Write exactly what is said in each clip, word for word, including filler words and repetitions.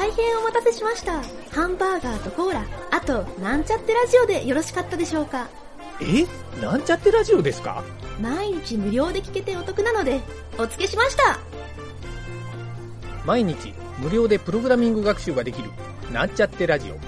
大変お待たせしました。ハンバーガーとコーラ、あとなんちゃってラジオでよろしかったでしょうか？ え、なんちゃってラジオですか？ 毎日無料で聞けてお得なのでお付けしました。 毎日無料でプログラミング学習ができるなんちゃってラジオ。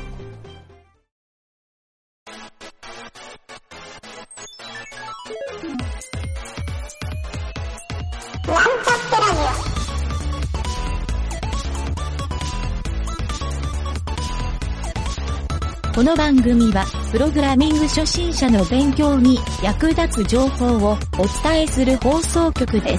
この番組はプログラミング初心者の勉強に役立つ情報をお伝えする放送局です。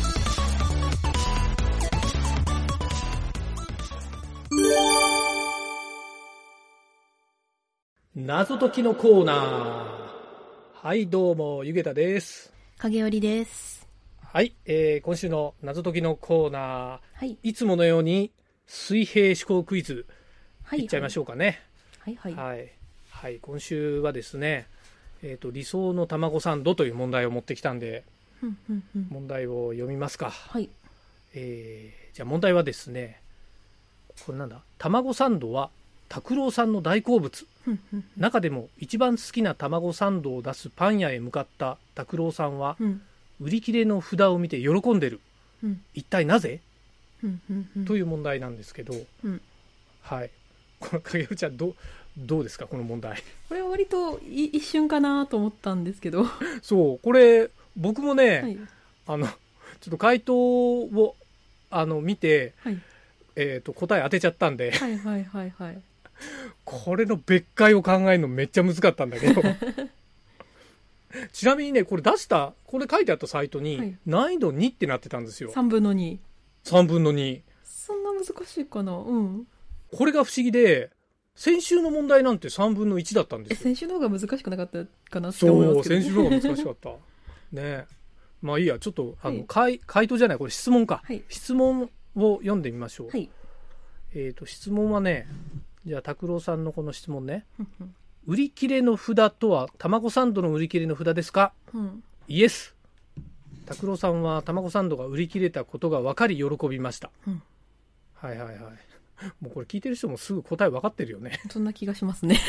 謎解きのコーナー。はい、どうもゆげたです。 影織です。 はい、えー、今週の謎解きのコーナー、 はい、 いつものように水平思考クイズ、 はい、 いっちゃいましょうかね。 はいはいはいはい、今週はですね、えーと、理想の卵サンドという問題を持ってきたんで、 うんうんうん、 問題を読みますか。 はい、 えー、じゃあ問題はですね、これなんだ、卵サンドは拓郎さんの大好物、 うんうん、 中でも一番好きな卵サンドを出すパン屋へ向かった拓郎さんは、うん、売り切れの札を見て喜んでる、うん、一体なぜ、うんうんうん、という問題なんですけど、うん、はい、この影尾ちゃんどうどうですかこの問題。 これは割と一瞬かなと思ったんですけどそうこれ僕もね、 はい、 あのちょっと回答をあの見て、はい、えーと答え当てちゃったんで、 はいはいはいはい、 これの別解を考えるのめっちゃ難かったんだけどちなみにねこれ出したこれ書いてあったサイトに、はい、難易度にってなってたんですよ。 さんぶんのに。 さんぶんのに。 そんな難しいかな。うん。 これが不思議で、先週の問題なんてさんぶんのいちだったんですよ。 先週の方が難しくなかったかなって思いますけど、 そう先週の方が難しかったね。まあいいや、ちょっとあの、はい、回, 回答じゃないこれ質問か、はい、質問を読んでみましょう。はい、えーと質問はね、じゃあ拓郎さんのこの質問ね売り切れの札とは卵サンドの売り切れの札ですか？うん、イエス。拓郎さんは卵サンドが売り切れたことが分かり喜びました、うん、はいはいはい。もうこれ聞いてる人もすぐ答え分かってるよね。 そんな気がしますね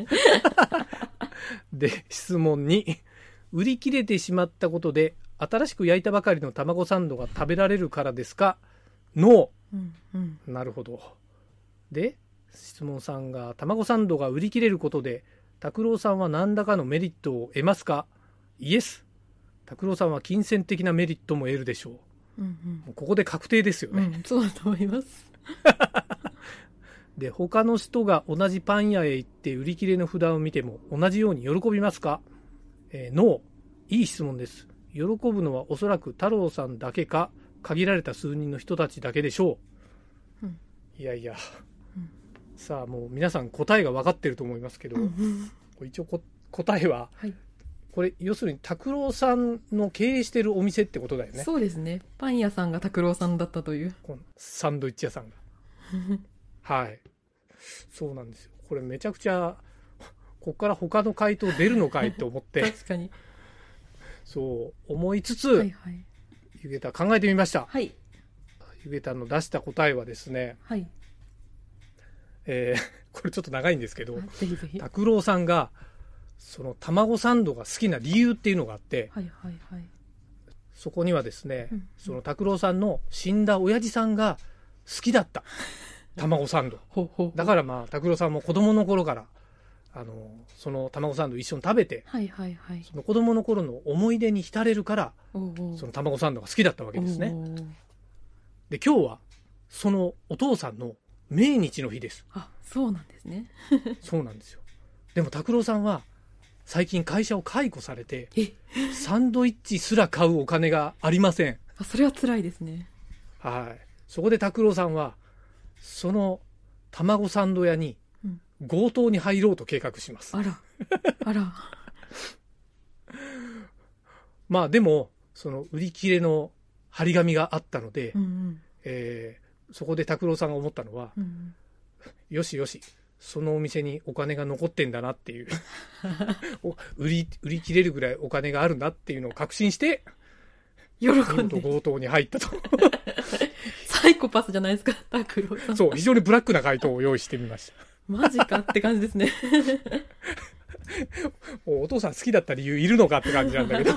で質問に、売り切れてしまったことで新しく焼いたばかりの卵サンドが食べられるからですか？ノー、うんうん、なるほど。で質問さんが、卵サンドが売り切れることで拓郎さんは何らかのメリットを得ますか？イエス。拓郎さんは金銭的なメリットも得るでしょう、うんうん、もうここで確定ですよね、 うん、そうだと思いますで他の人が同じパン屋へ行って売り切れの札を見ても同じように喜びますか？えー、ノー。いい質問です。喜ぶのはおそらく太郎さんだけか限られた数人の人たちだけでしょう、うん、いやいや、うん、さあもう皆さん答えが分かってると思いますけど、うん、一応こ答えは、はい、これ要するに拓郎さんの経営してるお店ってことだよね。 そうですね。パン屋さんが拓郎さんだったという、 サンドイッチ屋さんがはいそうなんですよ。これめちゃくちゃこっから他の回答出るのかいって思って確かにそう思いつつ、 はいはい、 ゆげた考えてみました、 はい、 ゆげたの出した答えはですね、はい、えー、これちょっと長いんですけど、拓郎さんがその卵サンドが好きな理由っていうのがあって、はいはいはい、そこにはですね、うんうん、その拓郎さんの死んだ親父さんが好きだった卵サンドほうほうほう。だからまあ拓郎さんも子供の頃からあのその卵サンド一緒に食べて、はいはいはい、その子供の頃の思い出に浸れるからおうおうその卵サンドが好きだったわけですね。おうおうで今日はそのお父さんの命日の日です。 あ、そうなんですねそうなんですよ。でも拓郎さんは最近会社を解雇されてサンドイッチすら買うお金がありません。 あ、それは辛いですね。 はい。そこで拓郎さんはその卵サンド屋に強盗に入ろうと計画します、 うん、あらあらまあでもその売り切れの張り紙があったので、うんうんえー、そこで拓郎さんが思ったのは、うんうん、よしよしそのお店にお金が残ってんだなっていう売り売り切れるぐらいお金があるんだっていうのを確信して喜んで強盗に入ったとサイコパスじゃないですか、拓郎さん。 そう、非常にブラックな回答を用意してみました。 マジかって感じですねお父さん好きだった理由いるのかって感じなんだけど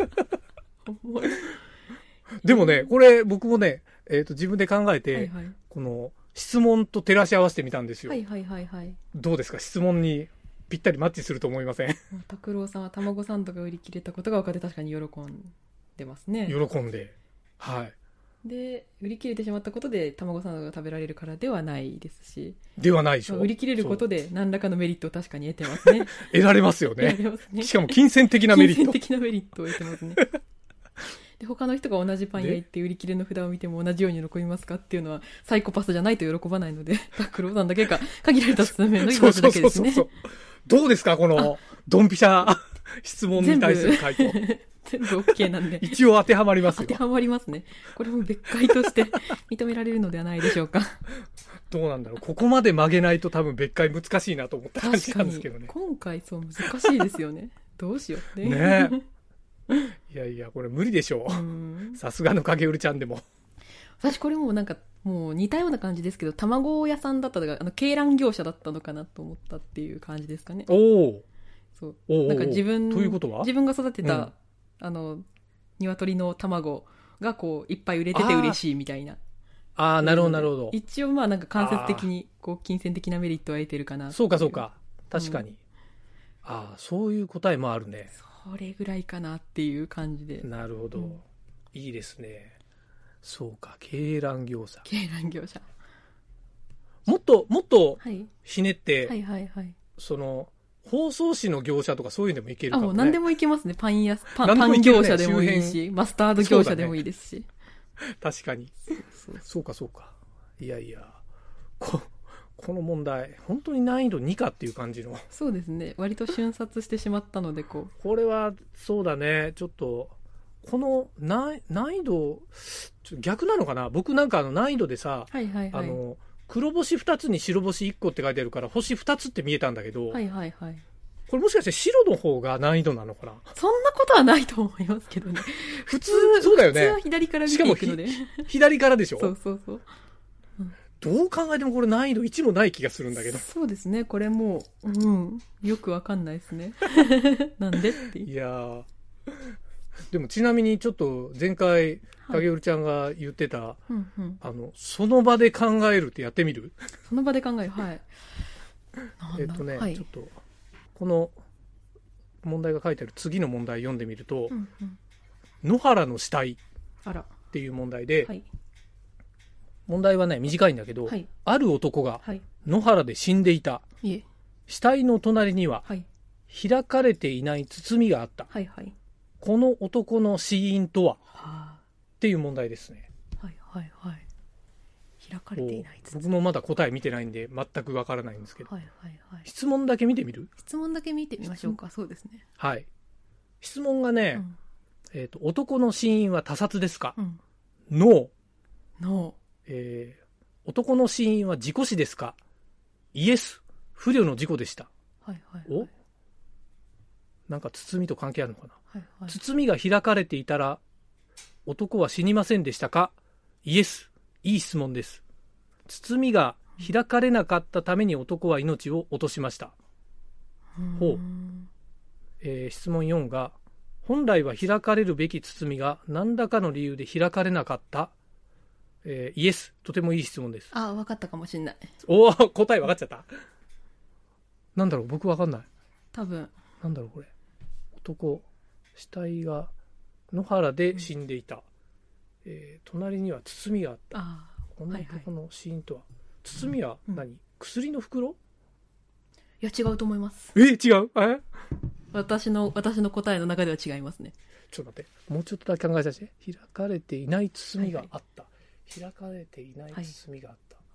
でもね、これ僕もね、えー、と自分で考えて、はいはい、この質問と照らし合わせてみたんですよ。 はいはいはいはい。 どうですか、質問にぴったりマッチすると思いません？ 拓郎さんは卵サンドが売り切れたことが分かって確かに喜んでますね。 喜んで、はい。 で売り切れてしまったことで卵サンドが食べられるからではないですし。 ではないでしょ。 売り切れることで何らかのメリットを確かに得てますね。 得られますよね。 得られますね。 しかも金銭的なメリット。 金銭的なメリットを得てますね。で他の人が同じパン屋行って売り切れの札を見ても同じように喜びますかっていうのはサイコパスじゃないと喜ばないので、拓郎さんだけが限られた数名の命だけですね。そうそうそうそう。 どうですかこのドンピシャ質問に対する回答。 全部 OK なんで一応当てはまりますよ。 当てはまりますね。これも別回として認められるのではないでしょうか。 どうなんだろう、ここまで曲げないと多分別回難しいなと思った感じなんですけどね。 今回そう難しいですよね。どうしようってねえいやいやこれ無理でしょう。さすがの影売ちゃんでも。 私これもうなんかもう似たような感じですけど、卵屋さんだったのがあの鶏卵業者だったのかなと思ったっていう感じですかね。 おお。 そうおうなんか自分ということは自分が育てた、うん、あの鶏の卵がこういっぱい売れてて嬉しいみたいな。 ああなるほどなるほど。 一応まあなんか間接的にこう金銭的なメリットは得てるかな。 そうかそうか確かに、うん、ああそういう答えもあるね。 それぐらいかなっていう感じで。 なるほど、うん、いいですね。そうか鶏卵業者鶏卵業者もっともっとひねって、 はい、はいはいはいその包装紙の業者とかそういうのでもいけるかもね。 あもう何でもいけますね。パン屋パン、パン業者でもいいしマスタード業者でもいいですし、ね、 確かにそうそうかそうか。いやいや こ, この問題本当に難易度にかっていう感じの。 そうですね割と瞬殺してしまったのでこうこれはそうだね。ちょっとこの難易度ちょ逆なのかな。僕なんかあの難易度でさ、 はいはいはい、 あの黒星ふたつに白星いっこって書いてあるから星ふたつって見えたんだけど、 はいはいはい、 これもしかして白の方が難易度なのかな。 そんなことはないと思いますけどね。 普通そうだよね。 普通は左から見ていくので。 しかも左からでしょ。 そうそうそう、 うん、どう考えてもこれ難易度いちもない気がするんだけど。 そうですねこれもう、うん、よくわかんないですね。なんでっていう。 いやーでもちなみにちょっと前回影織ちゃんが言ってた、はいうんうん、あのその場で考えるってやってみる？ その場で考えるはいえっとね、 はい、 ちょっとこの問題が書いてある次の問題読んでみると、うんうん、野原の死体っていう問題で、はい、問題はね短いんだけど、はい、ある男が野原で死んでいた、はい、死体の隣には、はい、開かれていない包みがあった、はいはい、この男の死因とは、はあ、っていう問題ですね。 はいはいはい。開かれていない包み。 僕もまだ答え見てないんで全くわからないんですけど、 はいはいはい、 質問だけ見てみる？ 質問だけ見てみましょうか。そうですね。 はい。質問がね、うんえーと、男の死因は他殺ですか？うん、ノー。 ノー。 えー、男の死因は事故死ですか？イエス。不慮の事故でした。 はいはいはい、 おなんか包みと関係あるのかな、 はいはい、 包みが開かれていたら男は死にませんでしたか？イエス。いい質問です。包みが開かれなかったために男は命を落としました。ほう、えー、質問よんが本来は開かれるべき包みが何らかの理由で開かれなかった、えー、イエス。とてもいい質問です。 あ、分かったかもしれない。 おー、答え分かっちゃった。なんだろう、僕分かんない。 多分なんだろうこれ。男、死体が野原で死んでいた、うんえー、隣には包みがあった。 あこの男の死因とは、はいはい、包みは何、うん、薬の袋？ いや違うと思います。 え違うえ私の私の答えの中では違いますね。 ちょっと待って、もうちょっとだけ考えさせて。開かれていない包みがあった、はいはい、開かれていない包みがあった、はい、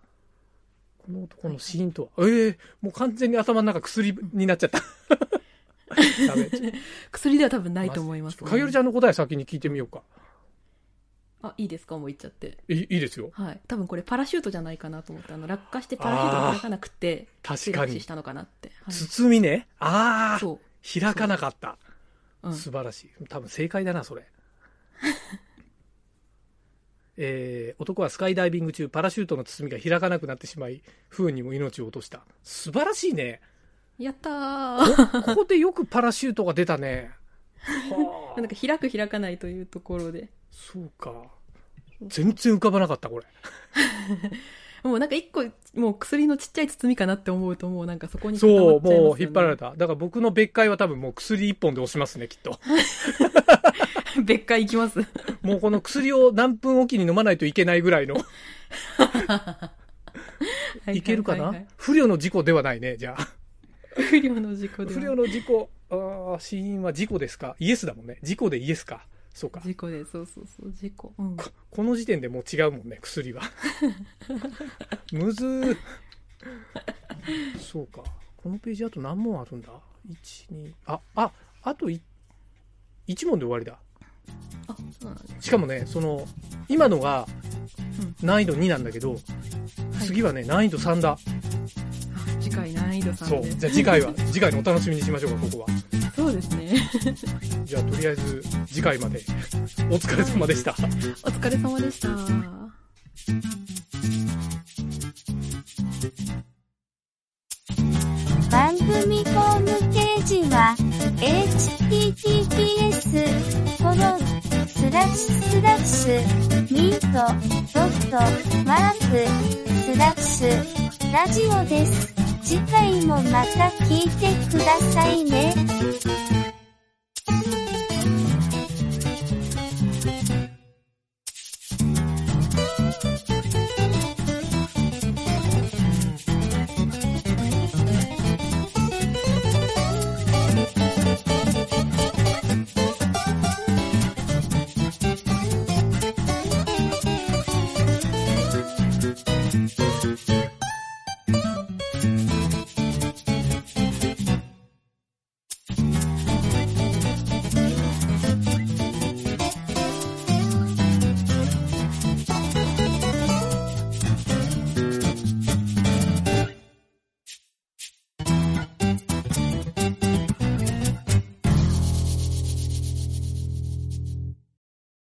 この男の死因とは、はいはい、えー、もう完全に頭の中薬になっちゃったダメ薬では多分ないと思います、ね、 かげるちゃんの答え先に聞いてみようか。 あ、いいですか？もう言っちゃって。 いいいですよ。 はい。多分これパラシュートじゃないかなと思って、あの落下してパラシュートが開かなくて確かにしたのかなって、 はい、包みね。ああ、そう開かなかった。うん、素晴らしい。多分正解だなそれえー、男はスカイダイビング中パラシュートの包みが開かなくなってしまい不運にも命を落とした。素晴らしいね。 やったー。 ここでよくパラシュートが出たね。 はあ、なんか開く開かないというところで。 そうか。全然浮かばなかったこれ。 もうなんか一個もう薬のちっちゃい包みかなって思うともうなんかそこに固まっちゃいますよね。 そう、もう引っ張られた。だから僕の別解は多分もう薬一本で押しますねきっと。 別解いきます。 もうこの薬を何分おきに飲まないといけないぐらいの。いけるかな、はいはいはい、不慮の事故ではないね、じゃあ。 不慮の事故では不慮の事故。ああ、死因は事故ですか。イエスだもんね。事故でイエスか。そうか。 事故で、そうそうそう、事故。うん、 こ, この時点でもう違うもんね、薬は。むずー。そうか。このページあと何問あるんだ ?いち、に、あ、あ、あといち問で終わりだ。 あ、そうなんです。 しかもね、その、今のが難易度になんだけど、うん、次はね、難易度さんだ。 次回難易度さんで。 そう。じゃあ次回は、次回のお楽しみにしましょうか、ここは。 そうですね。 じゃあとりあえず次回までお疲れ様でした。お疲れ様でした。 番組ホームページは エイチティーティーピーエス コロンスラッシュスラッシュミートドットマークスラッシュラジオです。次回もまた聞いてくださいね。 うん。